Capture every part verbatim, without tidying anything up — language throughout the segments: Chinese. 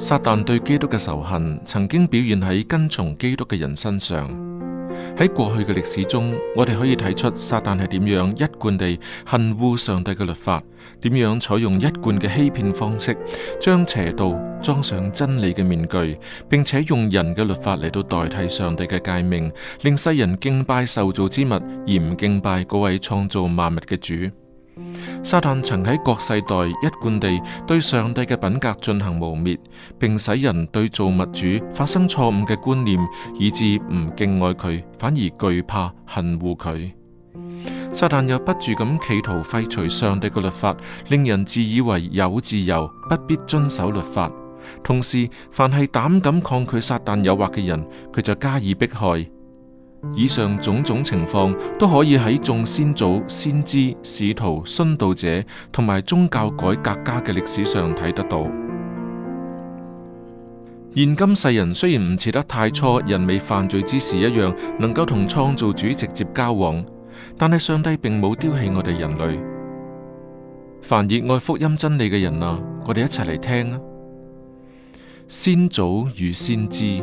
撒旦對基督嘅仇恨曾經表現喺跟從基督嘅人身上。喺過去嘅歷史中，我哋可以睇出撒旦係點樣一貫地恨惡上帝嘅律法，點樣採用一貫嘅欺騙方式，將邪道裝上真理嘅面具，並且用人嘅律法嚟到代替上帝嘅誡命，令世人敬拜受造之物，而唔敬拜嗰位創造萬物嘅主。撒旦曾喺各世代一貫地對上帝嘅品格進行污衊，並使人對造物主發生錯誤嘅觀念，以致唔敬愛佢，反而懼怕恨惡佢。撒旦又不住咁企圖廢除上帝嘅律法，令人自以為有自由，不必遵守律法。同時，凡係膽敢抗拒撒旦誘惑嘅人，佢就加以迫害。以上種種情況都可以喺眾先祖、先知、使徒、殉道者同埋宗教改革家嘅歷史上睇得到。現今世人雖然唔似得太初人未犯罪之時一樣，能夠同創造主直接交往，但係上帝並冇丟棄我哋人類。凡熱愛福音真理嘅人啊，我哋一齊嚟聽啊！先祖與先知。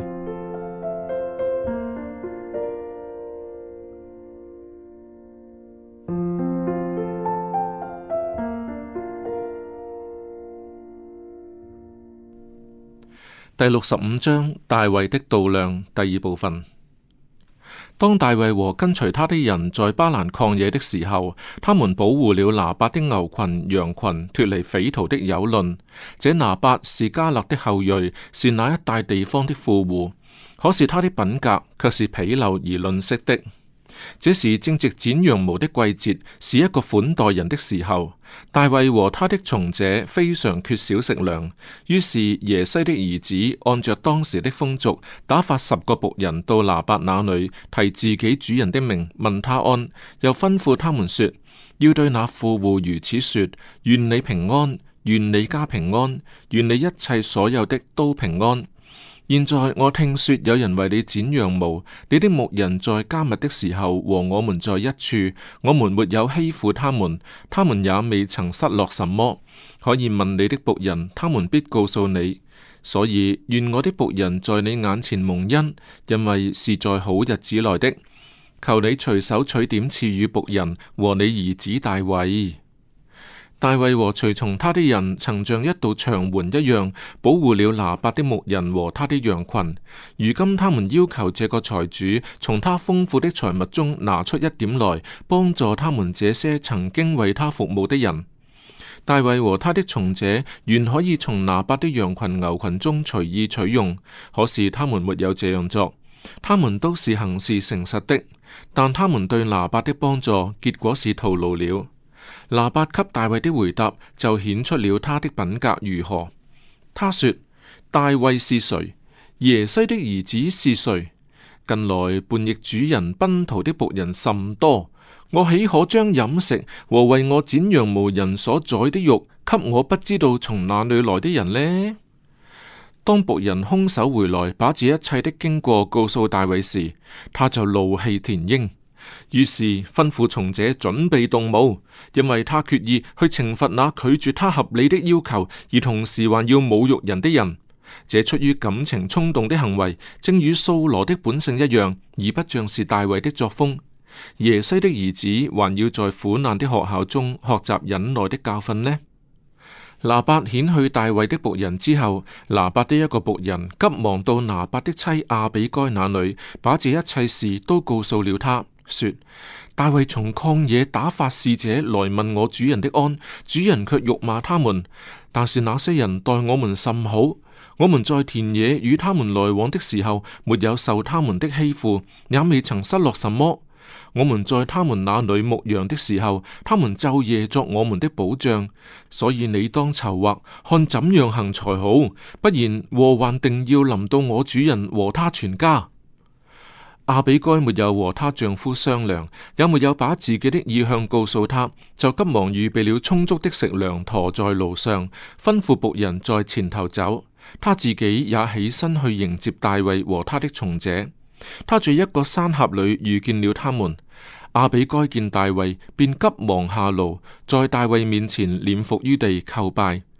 第六十五章，大衛的度量，第二部分。當大衛和跟隨他的人在巴蘭曠野的時候，他們保護了拿八的牛群、羊群，脫離匪徒的蹂躪。這拿八是迦勒的後裔，是那一帶地方的富戶，可是他的品格卻是鄙陋而吝嗇的。這時正值剪羊毛的季節，是一個款待人的時候。大衛和他的從者非常缺少食糧，於是耶西的兒子按着當時的風俗，打發十個僕人到拿八那裏，提自己主人的名，問他安，又吩咐他們說：要對那富戶如此說，願你平安，願你家平安，願你一切所有的都平安。現在我聽說有人為你剪羊毛，你的牧人在加密的時候和我們在一處，我們沒有欺負他們，他們也未曾失落什麼。可以問你的僕人，他們必告訴你。所以願我的僕人在你眼前蒙恩，因為是在好日子來的。求你隨手取點賜予僕人和你兒子大衛。大衛和隨從他的人曾像一道長環一樣保護了拿八的牧人和他的羊群。如今他們要求這個財主從他豐富的財物中拿出一點來，幫助他們這些曾經為他服務的人。大衛和他的從者原可以從拿八的羊群牛群中隨意取用，可是他們沒有這樣做。他們都是行事誠實的，但他們對拿八的幫助結果是徒勞了。拿八給大衛的回答就顯出了他的品格如何。他說：大衛是誰？耶西的兒子是誰？近來叛逆主人奔逃的僕人甚多，我豈可將飲食和為我剪羊毛人所宰的肉給我不知道從哪裏來的人呢？當僕人空手回來，把這一切的經過告訴大衛時，他就怒氣填膺。於是吩咐從者準備動武，因為他決意去懲罰那拒絕他合理的要求，而同時還要侮辱人的人。這出於感情衝動的行為，正與掃羅的本性一樣，而不像是大衛的作風。耶西的兒子還要在苦難的學校中學習忍耐的教訓呢。拿八遣去大衛的僕人之後，拿八的一個僕人急忙到拿八的妻亞比該那裏，把這一切事都告訴了他。說大衛從曠野打發使者來問我主人的安，主人卻辱罵他們。但是那些人待我們甚好，我們在田野與他們來往的時候，沒有受他們的欺負，也未曾失落什麼。我們在他們那裏牧羊的時候，他們晝夜作我們的保障。所以你當籌劃，看怎樣行才好，不然禍患定要臨到我主人和他全家。亞比該沒有和她丈夫商量，也沒有把自己的意向告訴他，就急忙預備了充足的食糧，馱在路上，吩咐僕人在前頭走。他自己也起身去迎接大衛和他的從者。他在一個山峽裏遇見了他們。亞比該見大衛，便急忙下驢，在大衛面前臉伏於地叩拜。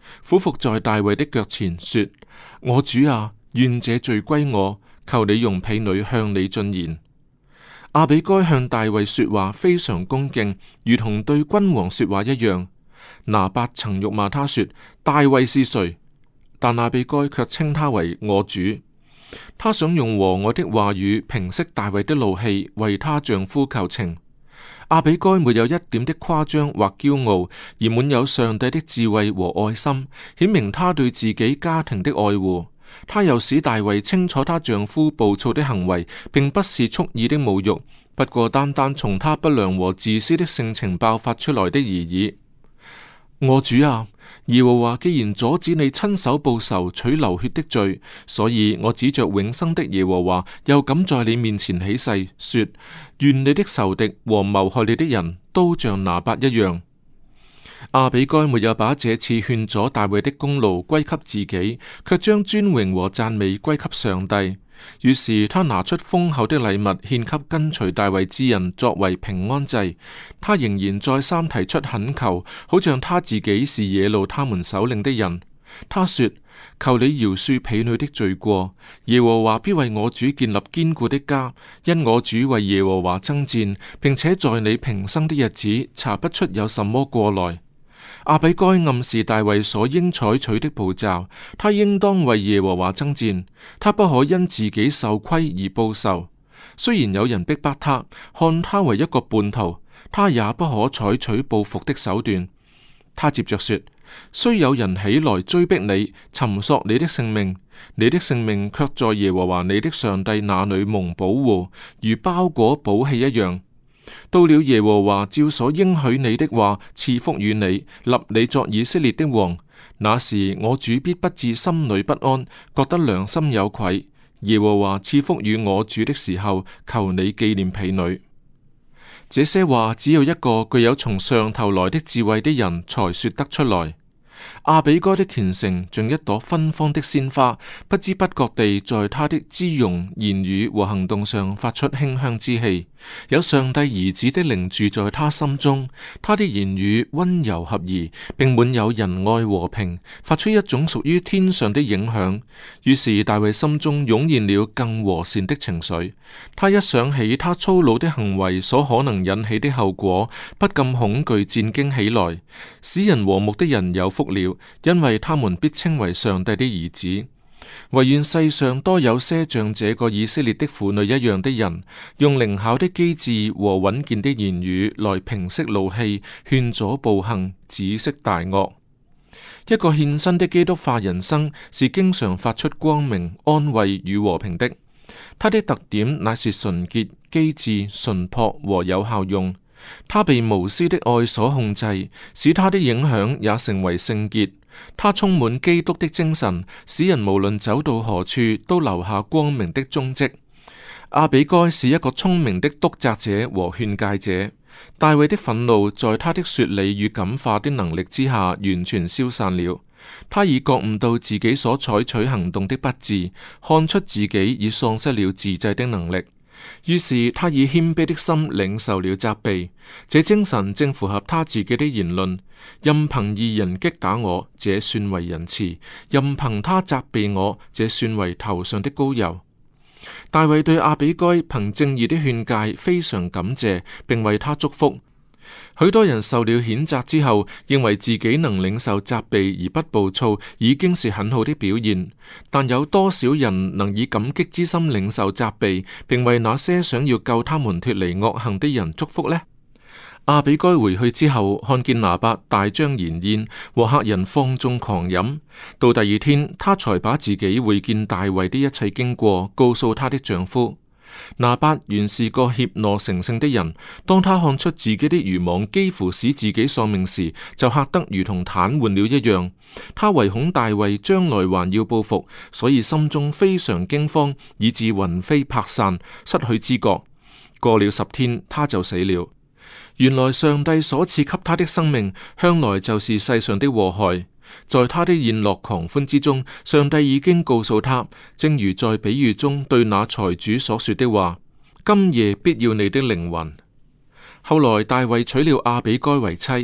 俯伏在大衛的腳前說：我主啊，願這罪歸我，求你容婢女向你進言。亞比該向大衛說話非常恭敬，如同對君王說話一樣。拿八曾辱罵他說：大衛是誰？但亞比該卻稱他為我主。他想用和藹的話語平息大衛的怒氣，為他丈夫求情。亞比該沒有一點的誇張或驕傲，而滿有上帝的智慧和愛心，顯明他對自己家庭的愛護。他又使大衛清楚她丈夫暴躁的行為並不是蓄意的侮辱，不過單單從他不良和自私的性情爆發出來的而已。我主啊，耶和華既然阻止你親手報仇取流血的罪，所以我指着永生的耶和華，又敢在你面前起誓，說：願你的仇敵和謀害你的人都像拿八一樣。亞比該沒有把這次勸阻大衛的功勞歸給自己，卻將尊榮和讚美歸給上帝。於是他拿出豐厚的禮物獻給跟隨大衛之人作為平安祭。他仍然再三提出懇求，好像他自己是惹怒他們首領的人。他說：求你饒恕婢女的罪過，耶和華必為我主建立堅固的家，因我主為耶和華爭戰，並且在你平生的日子查不出有什麼過來。亞比該暗示大衛所應採取的步驟，他應當為耶和華爭戰，他不可因自己受虧而報仇。雖然有人逼迫他，看他為一個叛徒，他也不可採取報復的手段。他接着說：雖有人起來追逼你，尋索你的性命，你的性命卻在耶和華你的上帝那裏蒙保護，如包裹寶器一樣。到了耶和華照所應許你的話賜福與你，立你作以色列的王，那時我主必不至心裏不安，覺得良心有愧。耶和華賜福與我主的時候，求你紀念婢女。這些話只有一個具有從上頭來的智慧的人才說得出來。亞比該的虔誠像一朵芬芳的鮮花，不知不覺地在他的姿容、言語和行動上發出馨香之氣。有上帝兒子的靈住在他心中，他的言語溫柔合宜，並滿有仁愛和平，發出一種屬於天上的影響。於是大衛心中湧現了更和善的情緒。他一想起他粗魯的行為所可能引起的後果，不禁恐懼戰驚起來。使人和睦的人有福了，因為他們必稱為上帝的兒子。唯願世上多有些像這個以色列的婦女一樣的人，用靈巧的機智和穩健的言語來平息怒氣，勸阻暴行，止息大惡。一個獻身的基督化人生是經常發出光明、安慰與和平的。他的特點乃是純潔、機智、純樸和有效用。他被無私的愛所控制，使他的影響也成為聖潔。他充滿基督的精神，使人無論走到何處都留下光明的蹤跡。亞比該是一個聰明的督責者和勸誡者。大衛的憤怒在他的說理與感化的能力之下完全消散了。他已覺悟到自己所採取行動的不智，看出自己已喪失了自制的能力。於是他以謙卑的心領受了責備，這精神正符合他自己的言論。任憑義人擊打我，這算為仁慈；任憑他責備我，這算為頭上的膏油。大衛對亞比該憑正義的勸誡非常感謝，並為他祝福。許多人受了譴責之後，認為自己能領受責備而不暴躁，已經是很好的表現。但有多少人能以感激之心領受責備，並為那些想要救他們脫離惡行的人祝福呢？亞比該回去之後，看見拿八大張筵宴，和客人放縱狂飲。到第二天，她才把自己會見大衛的一切經過告訴她的丈夫。拿八原是個怯懦成性的人，當他看出自己的愚妄幾乎使自己喪命時，就嚇得如同癱瘓了一樣。他唯恐大衛將來還要報復，所以心中非常驚慌，以致魂飛魄散，失去知覺。過了十天，他就死了。原來上帝所賜給他的生命，向來就是世上的禍害。在他的宴樂狂歡之中，上帝已經告訴他，正如在比喻中對那財主所說的話：今夜必要你的靈魂。後來大衛娶了亞比該為妻，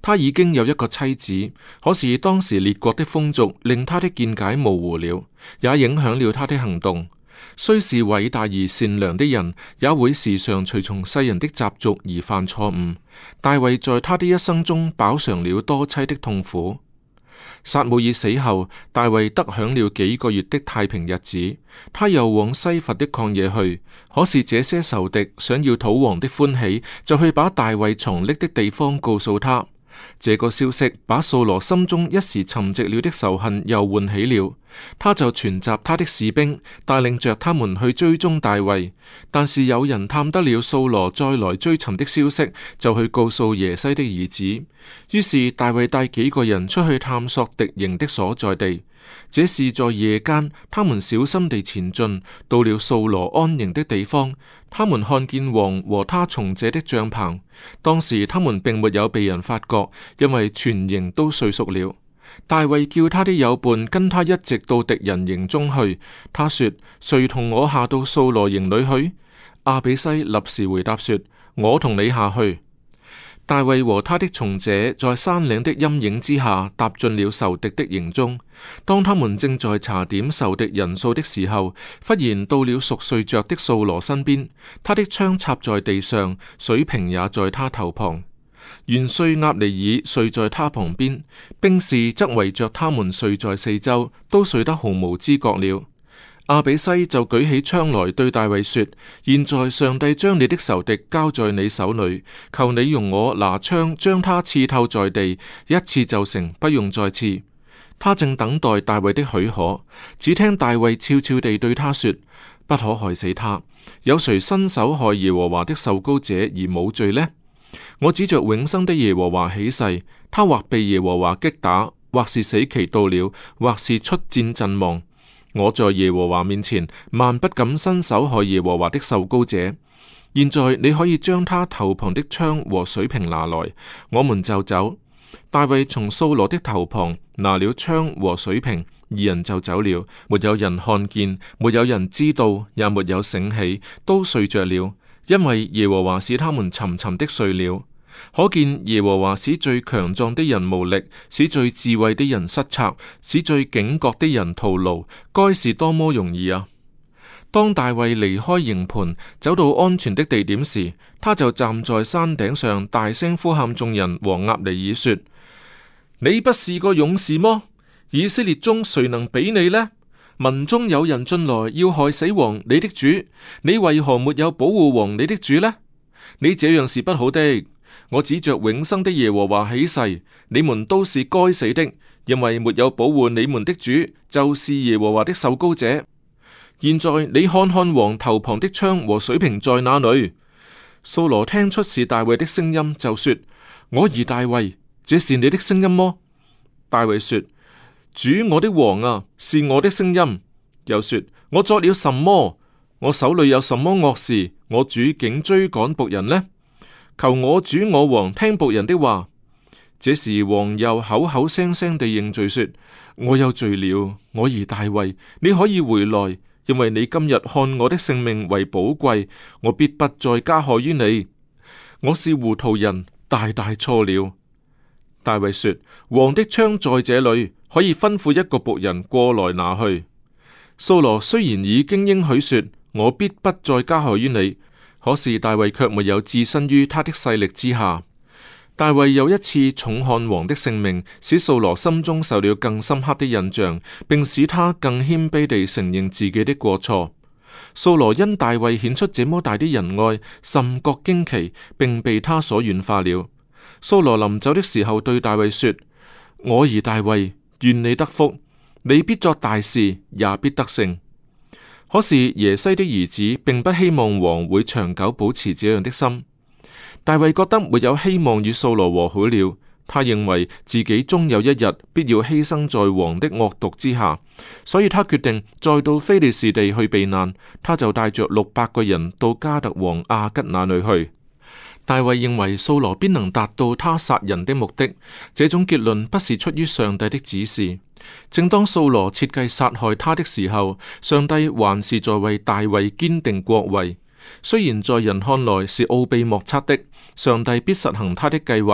他已經有一個妻子，可是當時列國的風俗令他的見解模糊了，也影響了他的行動。雖是偉大而善良的人，也會時常隨從世人的習俗而犯錯誤。大衛在他的一生中飽嘗了多妻的痛苦。撒母耳死後，大衛得享了幾個月的太平日子。他又往西弗的曠野去，可是這些仇敵想要討王的歡喜，就去把大衛藏匿的地方告訴他。這個消息把掃羅心中一時沉寂了的仇恨又喚起了，他就傳集他的士兵，帶領着他們去追蹤大衛。但是有人探得了掃羅再來追尋的消息，就去告訴耶西的兒子。於是大衛帶幾個人出去探索敵營的所在地。這是在夜間，他們小心地前進，到了掃羅安營的地方。他們看見王和他從者的帳篷。當時他們並沒有被人發覺，因為全營都睡熟了。大衛叫他的友伴跟他一直到敵人營中去。他說：誰同我下到掃羅營裏去？亞比篩立時回答說：我同你下去。大衛和他的從者在山嶺的陰影之下踏進了仇敵的營中。當他們正在查點仇敵人數的時候，忽然到了熟睡着的掃羅身邊，他的槍插在地上，水瓶也在他頭旁。元帥押尼珥睡在他旁邊，兵士則圍着他們睡在四周，都睡得毫無知覺了。亞比篩就舉起槍來對大衛說：現在上帝將你的仇敵交在你手裏，求你容我拿槍將他刺透在地，一刺就成，不用再刺。他正等待大衛的許可，只聽大衛悄悄地對他說：不可害死他。有誰伸手害耶和華的受膏者而冇罪呢？我指着永生的耶和華起誓，他或被耶和華擊打，或是死期到了，或是出戰陣亡。我在耶和華面前萬不敢伸手害耶和華的受膏者。現在你可以將他頭旁的槍和水瓶拿來，我們就走。大衛從掃羅的頭旁拿了槍和水瓶，二人就走了。沒有人看見，沒有人知道，也沒有醒起，都睡着了，因為耶和華使他們沉沉的睡了。可見耶和華使最強壯的人無力，使最智慧的人失策，使最警覺的人徒勞，該是多麼容易啊！當大衛離開營盤，走到安全的地點時，他就站在山頂上，大聲呼喊眾人和押尼珥說：你不是個勇士麼？以色列中誰能比你呢？民中有人進來要害死王你的主，你為何沒有保護王你的主呢？你這樣是不好的。我指着永生的耶和華起誓，你們都是該死的，因為沒有保護你們的主，就是耶和華的受膏者。現在你看看王頭旁的槍和水瓶在哪裏？掃羅聽出是大衛的聲音，就說：我兒大衛，這是你的聲音麼？大衛說：主我的王啊，是我的聲音。又說：我作了什麼？我手裏有什麼惡事？我主竟追趕僕人呢？求我主我王聽僕人的話。這時王又口口聲聲地認罪說：我有罪了，我兒大衛，你可以回來，因為你今日看我的性命為寶貴，我必不再加害於你。我是糊塗人，大大錯了。大衛說：王的槍在這裏，可以吩咐一個僕人過來拿去。掃羅雖然已經應許說：我必不再加害於你。可是大衛卻沒有置身於他的勢力之下。大衛又一次重看王的性命，使掃羅心中受了更深刻的印象，並使他更謙卑地承認自己的過錯。掃羅因大衛顯出這麼大的仁愛，甚覺驚奇，並被他所軟化了。掃羅臨走的時候對大衛說：我兒大衛，願你得福，你必作大事，也必得勝。可是耶西的兒子並不希望王會長久保持這樣的心。大衛覺得沒有希望與掃羅和好了，他認為自己終有一日必要犧牲在王的惡毒之下，所以他決定再到非利士地去避難。他就帶着六百個人到加特王亞吉那裏去。大衛認為掃羅必能達到他殺人的目的，這種結論不是出於上帝的指示。正當掃羅設計殺害他的時候，上帝還是在為大衛堅定國位。雖然在人看來是奧秘莫測的，上帝必實行他的計劃。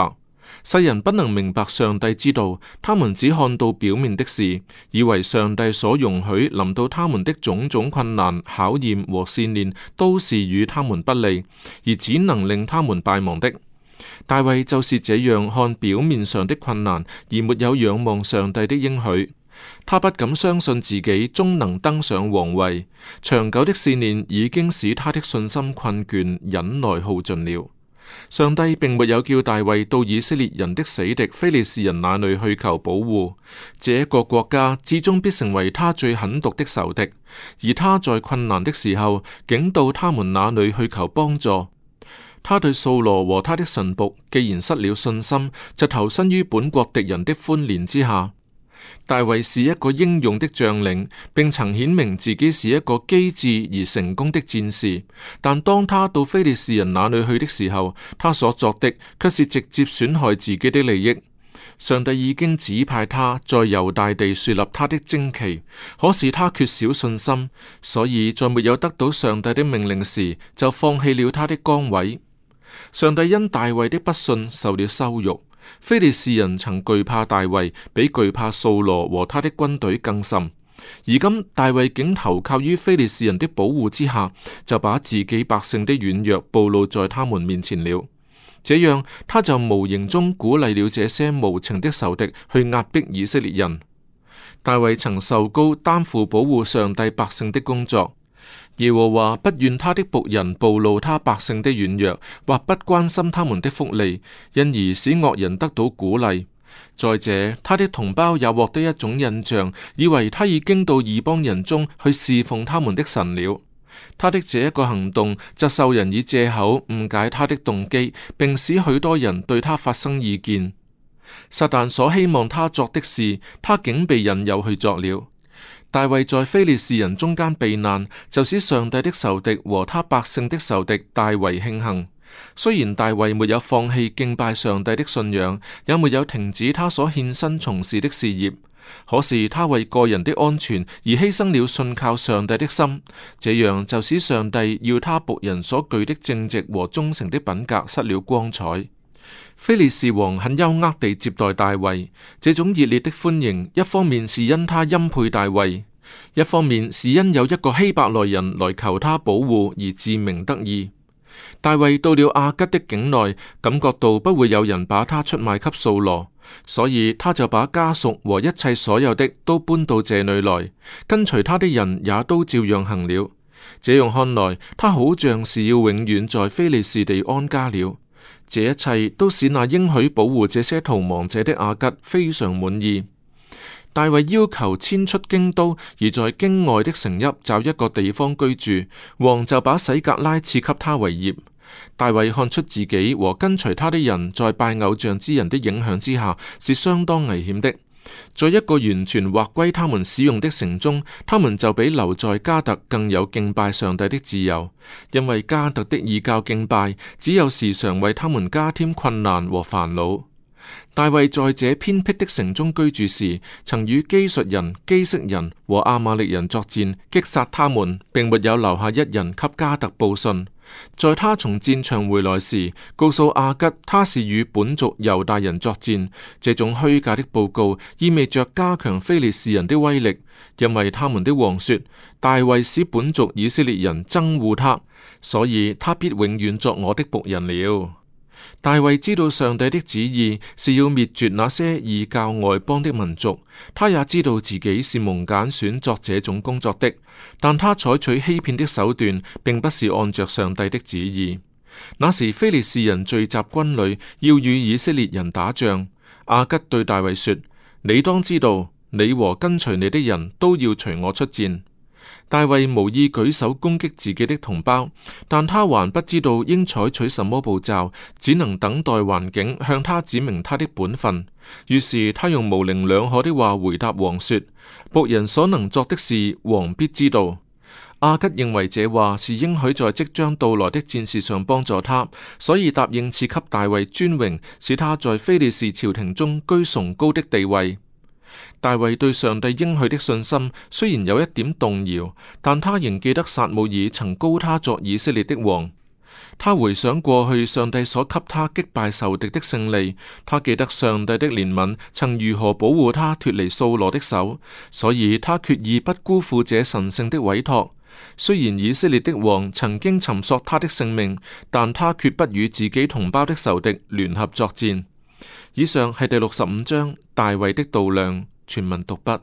世人不能明白上帝之道，他們只看到表面的事，以為上帝所容許臨到他們的種種困難、考驗和試煉，都是與他們不利，而只能令他們敗亡的。大衛就是這樣看表面上的困難，而沒有仰望上帝的應許。他不敢相信自己終能登上皇位，長久的試煉已經使他的信心困倦，忍耐耗盡了。上帝並沒有叫大衛到以色列人的死敵非利士人那裏去求保護，這個國家至終必成為他最狠毒的仇敵，而他在困難的時候竟到他們那裏去求幫助。他對掃羅和他的臣僕既然失了信心，就投身於本國敵人的歡憐之下。大衛是一個英勇的將領，並曾顯明自己是一個機智而成功的戰士。但當他到非利士人那裏去的時候，他所作的卻是直接損害自己的利益。上帝已經指派他在猶大地樹立他的旌旗，可是他缺少信心，所以在沒有得到上帝的命令時，就放棄了他的崗位。上帝因大衛的不信受了羞辱。非利士人曾懼怕大衛，比懼怕掃羅和他的軍隊更甚。而今大衛竟投靠於非利士人的保護之下，就把自己百姓的軟弱暴露在他們面前了。這樣他就無形中鼓勵了這些無情的仇敵去壓迫以色列人。大衛曾受膏擔負保護上帝百姓的工作。耶和華不願他的僕人暴露他百姓的軟弱，或不關心他們的福利，因而使惡人得到鼓勵。再者，他的同胞也獲得一種印象，以為他已經到異邦人中去侍奉他們的神了。他的這一個行動就受人以借口誤解他的動機，並使許多人對他發生意見。撒旦所希望他作的事，他竟被引誘去作了。大衛在非利士人中間避難，就使上帝的仇敵和他百姓的仇敵大為慶幸。雖然大衛沒有放棄敬拜上帝的信仰，也沒有停止他所獻身從事的事業，可是他為個人的安全而犧牲了信靠上帝的心，這樣就使上帝要他僕人所具的正直和忠誠的品格失了光彩。非利士王很優渥地接待大衛，這種熱烈的歡迎，一方面是因他欽佩大衛，一方面是因有一個希伯來人來求他保護而自鳴得意。大衛到了亞吉的境內，感覺到不會有人把他出賣給掃羅，所以他就把家屬和一切所有的都搬到這裏來，跟隨他的人也都照樣行了。這樣看來，他好像是要永遠在非利士地安家了。這一切都使那應許保護這些逃亡者的亞吉非常滿意。大衛要求遷出京都，而在京外的城邑找一個地方居住。王就把洗革拉賜給他為業。大衛看出自己和跟隨他的人在拜偶像之人的影響之下是相當危險的。在一個完全劃歸他們使用的城中，他們就比留在迦特更有敬拜上帝的自由，因為迦特的異教敬拜只有時常為他們加添困難和煩惱。大衛在這偏僻的城中居住時，曾與基述人、基色人和亞瑪力人作戰，擊殺他們，並沒有留下一人給迦特報信。在他從戰場回來時，告訴亞吉他是與本族猶大人作戰。這種虛假的報告意味着加強非利士人的威力，因為他們的王說大衛使本族以色列人憎惡他，所以他必永遠作我的僕人了。大衛知道上帝的旨意是要滅絕那些異教外邦的民族，他也知道自己是蒙揀選作這種工作的，但他採取欺騙的手段，並不是按着上帝的旨意。那時非利士人聚集軍旅，要與以色列人打仗。亞吉對大衛說：你當知道，你和跟隨你的人都要隨我出戰。大衛無意舉手攻擊自己的同胞，但他還不知道應採取什麼步驟，只能等待環境向他指明他的本分。於是他用模棱兩可的話回答王說：僕人所能做的事，王必知道。亞吉認為這話是應許在即將到來的戰事上幫助他，所以答應賜給大衛尊榮，使他在非利士朝廷中居崇高的地位。大衛對上帝應許的信心雖然有一點動搖，但他仍記得撒母耳曾膏他作以色列的王。 他回想過去上帝所給他擊敗仇敵的勝利，他記得上帝的憐憫曾如何保護他脫離掃羅的手，所以他決意不辜負這神聖的委託。雖然以色列的王曾經尋索他的性命，但他決不與自己同胞的仇敵聯合作戰。以上係第六十五章大衛的度量，全文讀畢。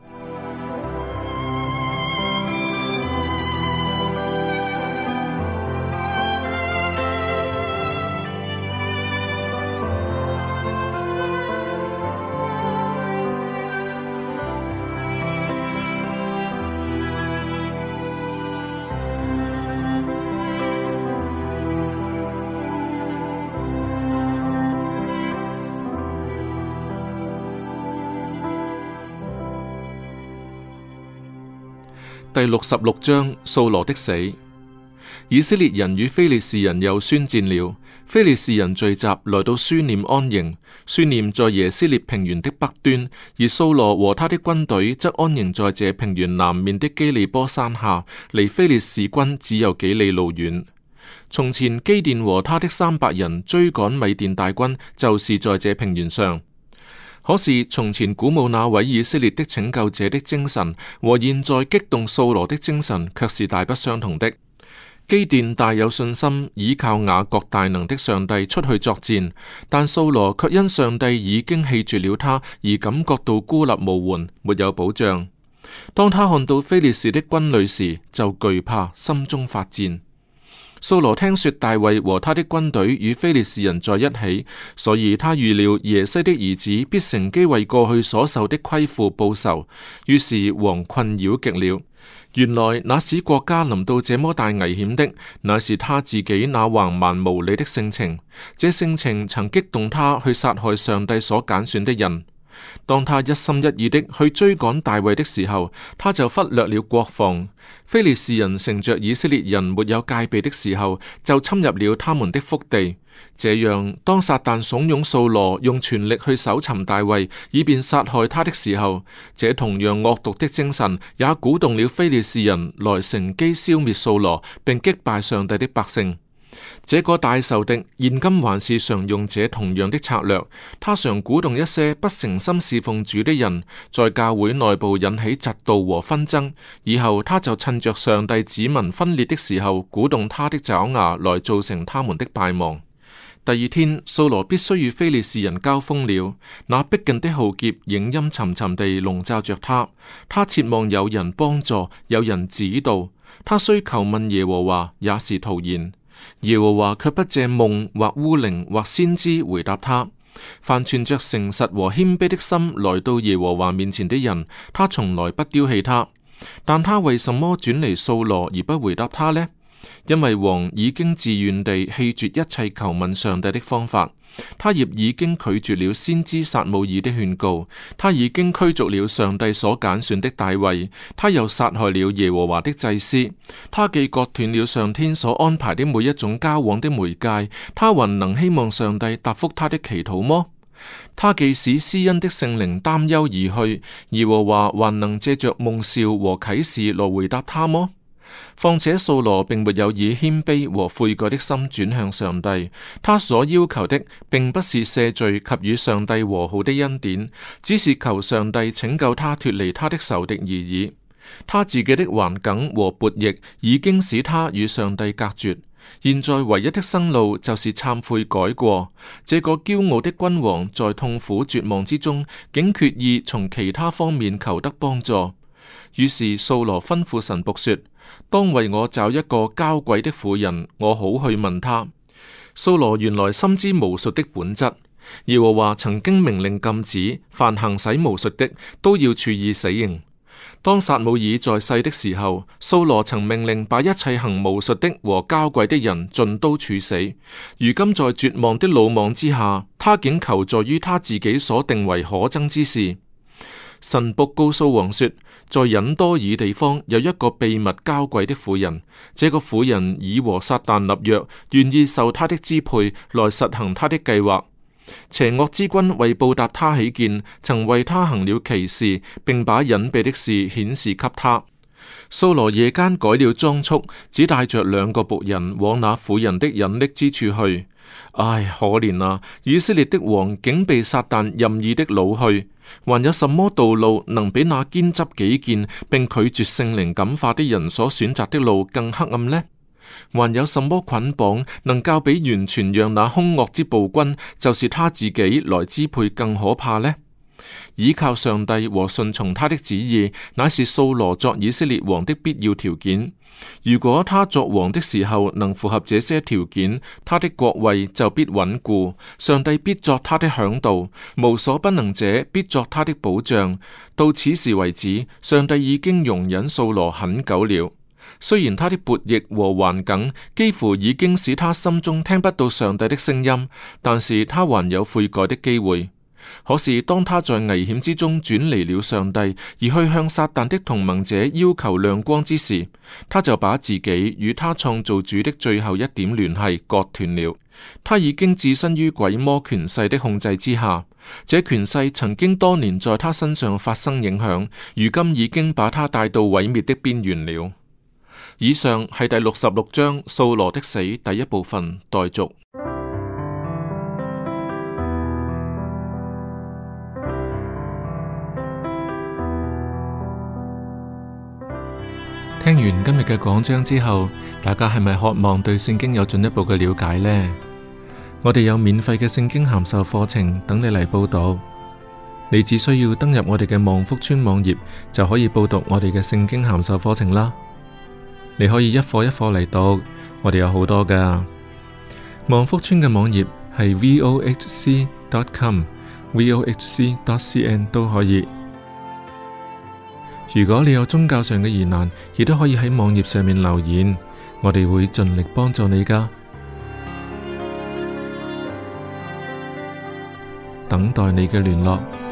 第六十六章掃羅的死。以色列人與非利士人又宣戰了。非利士人聚集來到書念安營，書念在耶斯列平原的北端，而掃羅和他的軍隊則安營在這平原南面的基利波山下，離非利士軍只有幾里路遠。從前基甸和他的三百人追趕米甸大軍，就是在這平原上。可是從前鼓舞那位以色列的拯救者的精神，和現在激動掃羅的精神，卻是大不相同的。基甸大有信心，倚靠雅各大能的上帝出去作戰，但掃羅卻因上帝已經棄絕了他，而感覺到孤立無援，沒有保障。當他看到非利士的軍旅時，就懼怕，心中發戰。掃羅聽說大衛和他的軍隊與非利士人在一起，所以他預料耶西的兒子必乘機為過去所受的虧負報仇，於是王困擾極了。原來那使國家臨到這麼大危險的，乃是他自己那橫蠻無理的性情。這性情曾激動他去殺害上帝所揀選的人。當他一心一意的去追趕大衛的時候，他就忽略了國防。非利士人乘着以色列人沒有戒備的時候，就侵入了他們的腹地。這樣，當撒旦慫恿掃羅用全力去搜尋大衛，以便殺害他的時候，這同樣惡毒的精神也鼓動了非利士人來乘機消滅掃羅，並擊敗上帝的百姓。這個大仇敵現今還是常用這同樣的策略，他常鼓動一些不誠心侍奉主的人，在教會內部引起嫉妒和紛爭，以後他就趁着上帝子民分裂的時候，鼓動他的爪牙來造成他們的敗亡。第二天，掃羅必須與非利士人交鋒了，那逼近的浩劫影陰沉沉地籠罩着他，他切望有人幫助，有人指導，他雖求問耶和華，也是徒然。耶和華卻不借夢或烏靈或先知回答他。凡存着誠實和謙卑的心來到耶和華面前的人，他從來不丟棄他。但他為什麼轉離掃羅而不回答他呢？因為王已經自願地棄絕一切求問上帝的方法，他亦已經拒絕了先知撒母耳的勸告，他已經驅逐了上帝所揀選的大衛，他又殺害了耶和華的祭司，他既割斷了上天所安排的每一種交往的媒介，他還能希望上帝答覆他的祈禱麼？他既使施恩的聖靈擔憂而去，耶和華還能借着夢兆和啟示來回答他麼？況且掃羅並沒有以謙卑和悔改的心轉向上帝，他所要求的並不是赦罪及與上帝和好的恩典，只是求上帝拯救他脫離他的仇敵而已。他自己的頑梗和悖逆已經使他與上帝隔絕，現在唯一的生路就是懺悔改過。這個驕傲的君王在痛苦絕望之中，竟決意從其他方面求得幫助。於是掃羅吩咐神僕說：當為我找一個交鬼的婦人，我好去問他。掃羅原來深知巫術的本質，耶和華曾經命令禁止，凡行使巫術的都要處以死刑。當撒母耳在世的時候，掃羅曾命令把一切行巫術的和交鬼的人盡都處死。如今在絕望的魯莽之下，他竟求助於他自己所定為可憎之事。神僕告訴王說，在隱多爾地方有一個秘密交鬼的婦人，這個婦人已和撒旦立約，願意受他的支配來實行他的計劃。邪惡之君為報答他起見，曾為他行了奇事，並把隱秘的事顯示給他。 掃羅夜間改了裝束，只帶着兩個僕人往那婦人的隱匿之處去。唉，可憐啊！以色列的王竟被撒旦任意的擄去，還有什麼道路能比那堅執己見並拒絕聖靈感化的人所選擇的路更黑暗呢？還有什麼捆綁能較比完全讓那兇惡之暴君，就是他自己來支配更可怕呢？倚靠上帝和順從他的旨意，乃是掃羅作以色列王的必要條件。如果他作王的時候能符合這些條件，他的國位就必穩固，上帝必作他的嚮導，無所不能者必作他的保障。到此時為止，上帝已經容忍掃羅很久了。雖然他的悖逆和頑梗幾乎已經使他心中聽不到上帝的聲音，但是他還有悔改的機會。可是當他在危險之中轉離了上帝，而去向撒旦的同盟者要求亮光之時，他就把自己與他創造主的最後一點聯繫割斷了。他已經置身於鬼魔權勢的控制之下，這權勢曾經多年在他身上發生影響，如今已經把他帶到毀滅的邊緣了。以上係第六十六章掃羅的死第一部分待續。聽完今日嘅講章之後，大家係咪渴望對聖經有進一步嘅了解呢？我哋有免費嘅聖經函授課程等你嚟報讀，你只需要登入我哋嘅望福村網頁就可以報讀我哋嘅聖經函授課程啦。你可以一課一課嚟讀，我哋有好多噶。望福村嘅網頁係 vohc dot com、vohc dot cn 都可以。如果你有宗教上嘅疑難，亦都可以喺網頁上面留言，我哋會盡力幫助你噶。等待你嘅聯絡。